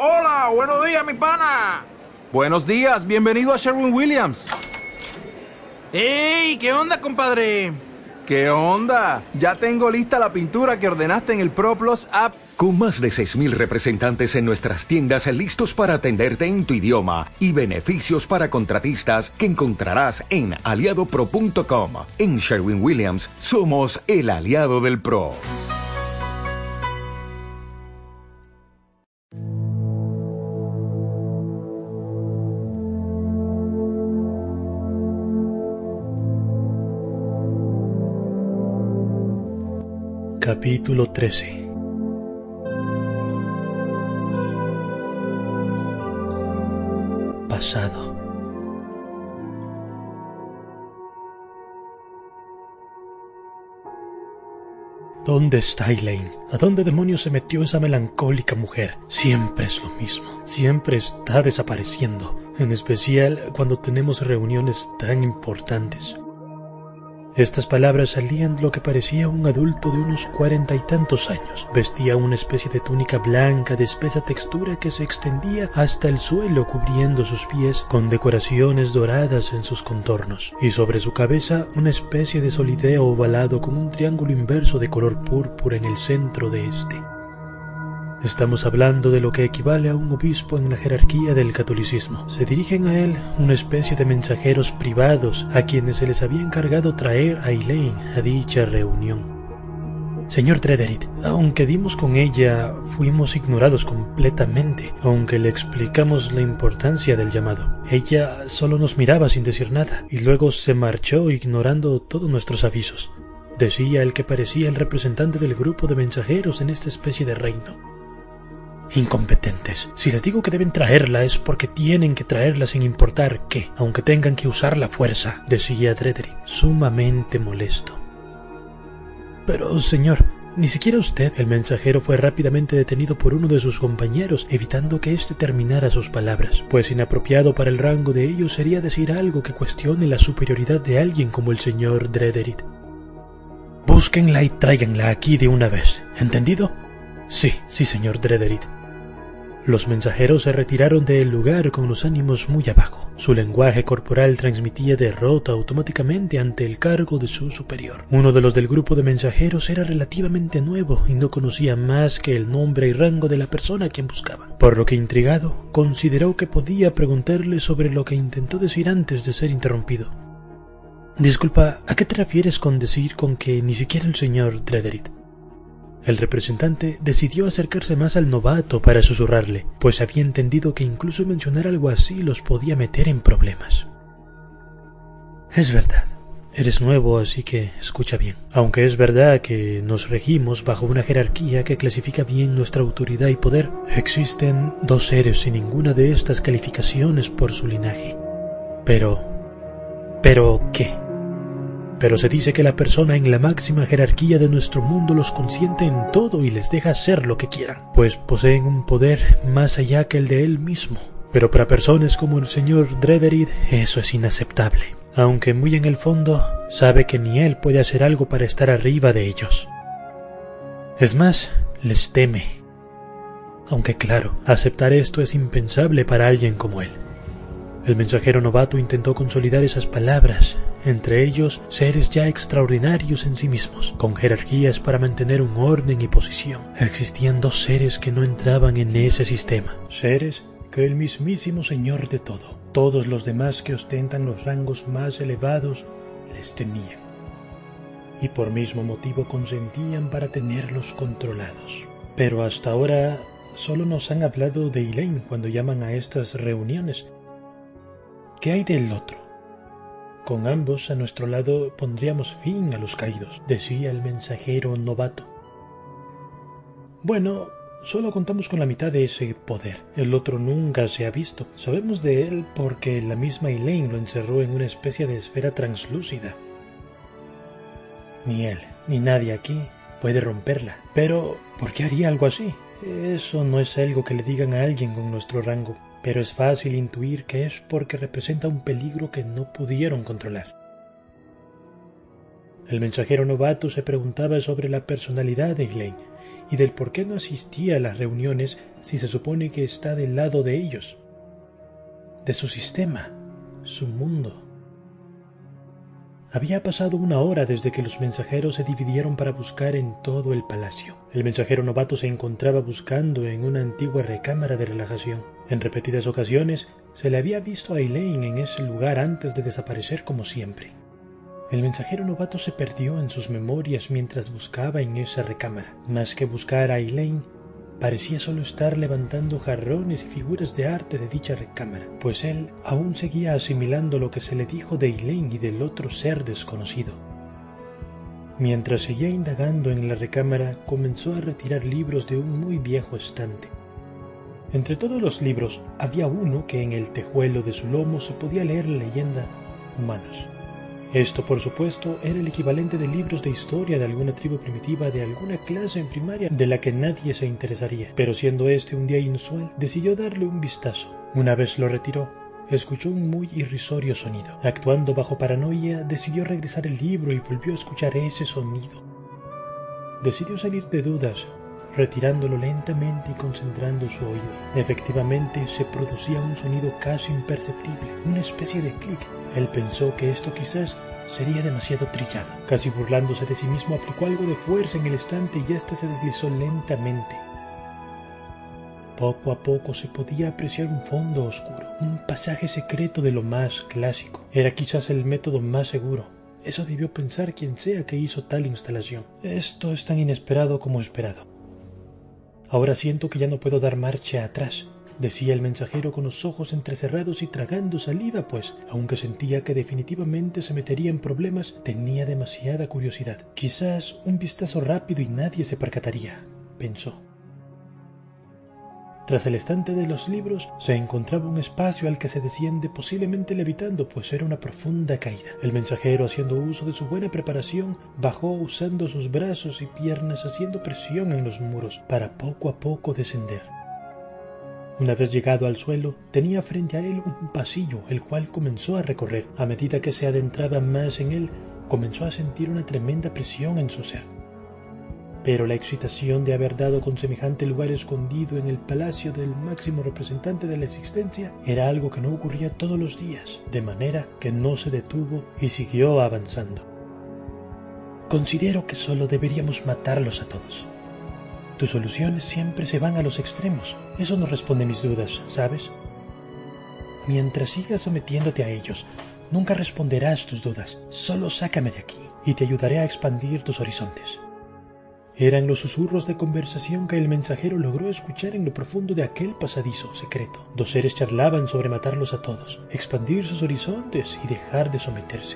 Hola, buenos días, mi pana. Buenos días, bienvenido a Sherwin-Williams. ¡Ey! ¿Qué onda, compadre? ¿Qué onda? Ya tengo lista la pintura que ordenaste en el ProPlus app. Con más de 6,000 representantes en nuestras tiendas listos para atenderte en tu idioma y beneficios para contratistas que encontrarás en aliadopro.com. En Sherwin-Williams somos el aliado del pro. Capítulo 13. Pasado. ¿Dónde está Elaine? ¿A dónde demonios se metió esa melancólica mujer? Siempre es lo mismo. Siempre está desapareciendo. En especial cuando tenemos reuniones tan importantes. Estas palabras salían de lo que parecía un adulto de unos 40 y tantos años. Vestía una especie de túnica blanca de espesa textura que se extendía hasta el suelo cubriendo sus pies con decoraciones doradas en sus contornos. Y sobre su cabeza una especie de solideo ovalado con un triángulo inverso de color púrpura en el centro de este. Estamos hablando de lo que equivale a un obispo en la jerarquía del catolicismo. Se dirigen a él una especie de mensajeros privados a quienes se les había encargado traer a Elaine a dicha reunión. Señor Trederit, aunque dimos con ella, fuimos ignorados completamente, aunque le explicamos la importancia del llamado. Ella solo nos miraba sin decir nada, y luego se marchó ignorando todos nuestros avisos. Decía el que parecía el representante del grupo de mensajeros en esta especie de reino. Incompetentes. Si les digo que deben traerla es porque tienen que traerla sin importar qué, aunque tengan que usar la fuerza, decía Trederit, sumamente molesto. Pero, señor, ni siquiera usted. El mensajero fue rápidamente detenido por uno de sus compañeros, evitando que éste terminara sus palabras, pues inapropiado para el rango de ellos sería decir algo que cuestione la superioridad de alguien como el señor Trederit. Búsquenla y tráiganla aquí de una vez, ¿entendido? Sí, señor Trederit. Los mensajeros se retiraron del lugar con los ánimos muy abajo. Su lenguaje corporal transmitía derrota automáticamente ante el cargo de su superior. Uno de los del grupo de mensajeros era relativamente nuevo y no conocía más que el nombre y rango de la persona a quien buscaban, por lo que intrigado, consideró que podía preguntarle sobre lo que intentó decir antes de ser interrumpido. Disculpa, ¿a qué te refieres con decir con que ni siquiera el señor Trederit? El representante decidió acercarse más al novato para susurrarle, pues había entendido que incluso mencionar algo así los podía meter en problemas. Es verdad, eres nuevo, así que escucha bien. Aunque es verdad que nos regimos bajo una jerarquía que clasifica bien nuestra autoridad y poder, existen dos seres sin ninguna de estas calificaciones por su linaje. ¿Pero qué? Pero se dice que la persona en la máxima jerarquía de nuestro mundo los consiente en todo y les deja hacer lo que quieran, pues poseen un poder más allá que el de él mismo. Pero para personas como el señor Trederit eso es inaceptable, aunque muy en el fondo sabe que ni él puede hacer algo para estar arriba de ellos. Es más, les teme. Aunque claro, aceptar esto es impensable para alguien como él. El mensajero novato intentó consolidar esas palabras, entre ellos seres ya extraordinarios en sí mismos, con jerarquías para mantener un orden y posición. Existían dos seres que no entraban en ese sistema, seres que el mismísimo Señor de todo, todos los demás que ostentan los rangos más elevados, les temían, y por mismo motivo consentían para tenerlos controlados. Pero hasta ahora solo nos han hablado de Elaine cuando llaman a estas reuniones. ¿Qué hay del otro? Con ambos a nuestro lado pondríamos fin a los caídos, decía el mensajero novato. Bueno, solo contamos con la mitad de ese poder. El otro nunca se ha visto. Sabemos de él porque la misma Elaine lo encerró en una especie de esfera translúcida. Ni él, ni nadie aquí puede romperla. Pero, ¿por qué haría algo así? Eso no es algo que le digan a alguien con nuestro rango. Pero es fácil intuir que es porque representa un peligro que no pudieron controlar. El mensajero novato se preguntaba sobre la personalidad de Elaine, y del por qué no asistía a las reuniones si se supone que está del lado de ellos, de su sistema, su mundo. Había pasado 1 hora desde que los mensajeros se dividieron para buscar en todo el palacio. El mensajero novato se encontraba buscando en una antigua recámara de relajación. En repetidas ocasiones se le había visto a Elaine en ese lugar antes de desaparecer como siempre. El mensajero novato se perdió en sus memorias mientras buscaba en esa recámara. Más que buscar a Elaine, parecía solo estar levantando jarrones y figuras de arte de dicha recámara, pues él aún seguía asimilando lo que se le dijo de Elaine y del otro ser desconocido. Mientras seguía indagando en la recámara, comenzó a retirar libros de un muy viejo estante. Entre todos los libros, había uno que en el tejuelo de su lomo se podía leer la leyenda «Humanos». Esto, por supuesto, era el equivalente de libros de historia de alguna tribu primitiva de alguna clase en primaria de la que nadie se interesaría. Pero siendo este un día inusual, decidió darle un vistazo. Una vez lo retiró, escuchó un muy irrisorio sonido. Actuando bajo paranoia, decidió regresar el libro y volvió a escuchar ese sonido. Decidió salir de dudas, retirándolo lentamente y concentrando su oído. Efectivamente, se producía un sonido casi imperceptible, una especie de clic. Él pensó que esto quizás sería demasiado trillado. Casi burlándose de sí mismo, aplicó algo de fuerza en el estante y éste se deslizó lentamente. Poco a poco se podía apreciar un fondo oscuro, un pasaje secreto de lo más clásico. Era quizás el método más seguro. Eso debió pensar quien sea que hizo tal instalación. Esto es tan inesperado como esperado. Ahora siento que ya no puedo dar marcha atrás, decía el mensajero con los ojos entrecerrados y tragando saliva, pues, aunque sentía que definitivamente se metería en problemas, tenía demasiada curiosidad. Quizás un vistazo rápido y nadie se percataría, pensó. Tras el estante de los libros se encontraba un espacio al que se desciende posiblemente levitando, pues era una profunda caída. El mensajero, haciendo uso de su buena preparación, bajó usando sus brazos y piernas, haciendo presión en los muros para poco a poco descender. Una vez llegado al suelo, tenía frente a él un pasillo, el cual comenzó a recorrer. A medida que se adentraba más en él, comenzó a sentir una tremenda presión en su ser. Pero la excitación de haber dado con semejante lugar escondido en el palacio del máximo representante de la existencia era algo que no ocurría todos los días, de manera que no se detuvo y siguió avanzando. Considero que solo deberíamos matarlos a todos. Tus soluciones siempre se van a los extremos. Eso no responde a mis dudas, ¿sabes? Mientras sigas sometiéndote a ellos, nunca responderás tus dudas. Solo sácame de aquí y te ayudaré a expandir tus horizontes. Eran los susurros de conversación que el mensajero logró escuchar en lo profundo de aquel pasadizo secreto. Dos seres charlaban sobre matarlos a todos, expandir sus horizontes y dejar de someterse.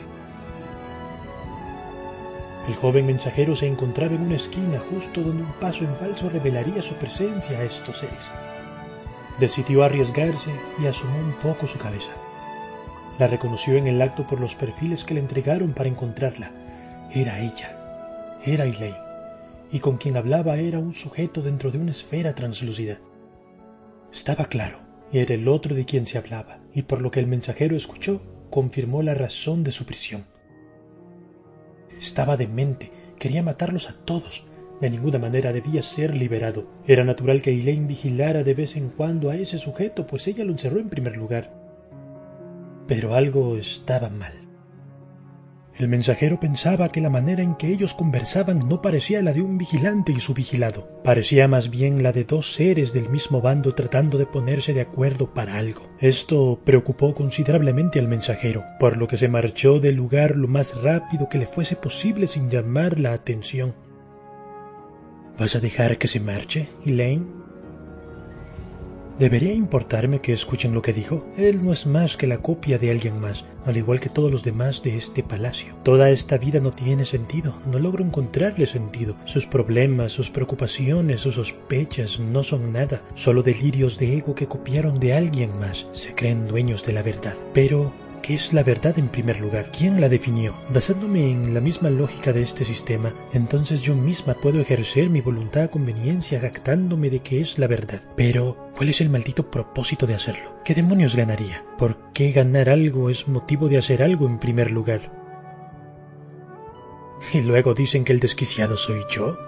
El joven mensajero se encontraba en una esquina justo donde un paso en falso revelaría su presencia a estos seres. Decidió arriesgarse y asomó un poco su cabeza. La reconoció en el acto por los perfiles que le entregaron para encontrarla. Era ella, era Elaine. Y con quien hablaba era un sujeto dentro de una esfera translúcida. Estaba claro, era el otro de quien se hablaba, y por lo que el mensajero escuchó, confirmó la razón de su prisión. Estaba demente, quería matarlos a todos, de ninguna manera debía ser liberado. Era natural que Elaine vigilara de vez en cuando a ese sujeto, pues ella lo encerró en primer lugar. Pero algo estaba mal. El mensajero pensaba que la manera en que ellos conversaban no parecía la de un vigilante y su vigilado. Parecía más bien la de dos seres del mismo bando tratando de ponerse de acuerdo para algo. Esto preocupó considerablemente al mensajero, por lo que se marchó del lugar lo más rápido que le fuese posible sin llamar la atención. ¿Vas a dejar que se marche, Elaine? ¿Debería importarme que escuchen lo que dijo? Él no es más que la copia de alguien más, al igual que todos los demás de este palacio. Toda esta vida no tiene sentido, no logro encontrarle sentido. Sus problemas, sus preocupaciones, sus sospechas no son nada, solo delirios de ego que copiaron de alguien más. Se creen dueños de la verdad. Pero ¿qué es la verdad en primer lugar? ¿Quién la definió? Basándome en la misma lógica de este sistema, entonces yo misma puedo ejercer mi voluntad a conveniencia jactándome de que es la verdad. Pero ¿cuál es el maldito propósito de hacerlo? ¿Qué demonios ganaría? ¿Por qué ganar algo es motivo de hacer algo en primer lugar? Y luego dicen que el desquiciado soy yo.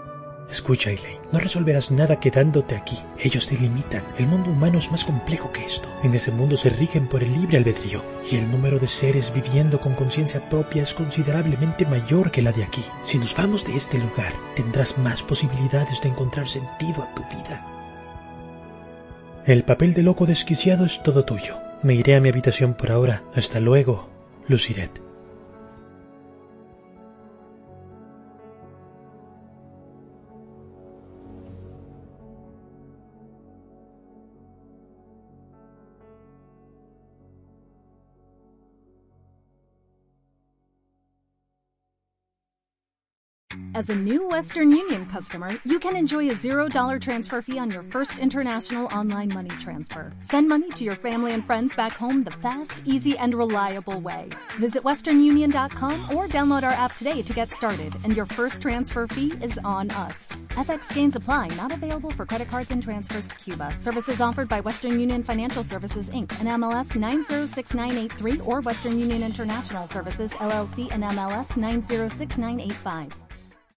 Escucha, Elaine, no resolverás nada quedándote aquí. Ellos te limitan. El mundo humano es más complejo que esto. En ese mundo se rigen por el libre albedrío, y el número de seres viviendo con conciencia propia es considerablemente mayor que la de aquí. Si nos vamos de este lugar, tendrás más posibilidades de encontrar sentido a tu vida. El papel de loco desquiciado es todo tuyo. Me iré a mi habitación por ahora. Hasta luego, Luciret. As a new Western Union customer, you can enjoy a $0 transfer fee on your first international online money transfer. Send money to your family and friends back home the fast, easy, and reliable way. Visit westernunion.com or download our app today to get started, and your first transfer fee is on us. FX gains apply, not available for credit cards and transfers to Cuba. Services offered by Western Union Financial Services, Inc., and MLS 906983, or Western Union International Services, LLC, and MLS 906985.